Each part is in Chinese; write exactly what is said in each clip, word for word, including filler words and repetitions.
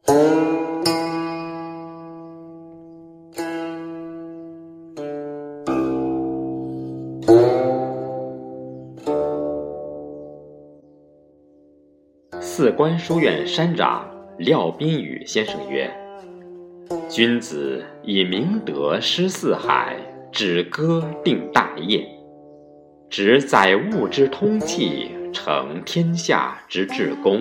四观书院山长廖宾宇先生曰：君子以明德施四海，止戈定大业，执载物之通气，成天下之至公。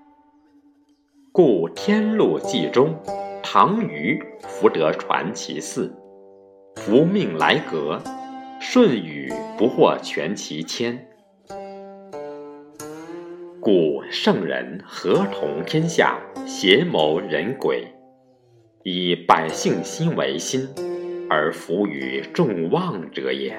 故天禄纪中，唐虞弗得传其嗣，伏命来阁，舜禹不获全其谦。故圣人合同天下，协谋人鬼，以百姓心为心，而服于众望者也。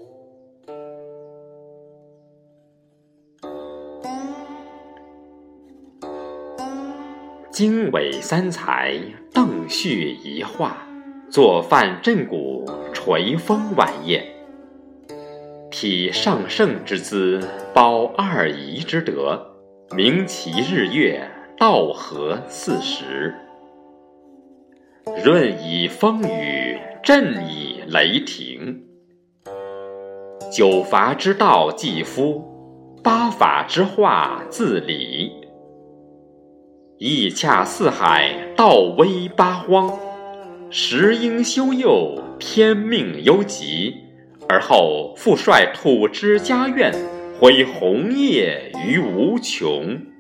经纬三才，邓旭一画，作范振古，垂风晚宴，体上圣之姿，包二仪之德，明其日月，道合四时。润以风雨，震以雷霆。九伐之道继夫，八法之化自理。义洽四海，道威八荒。时应修幼，天命忧急，而后复率土之家苑，挥红叶于无穷。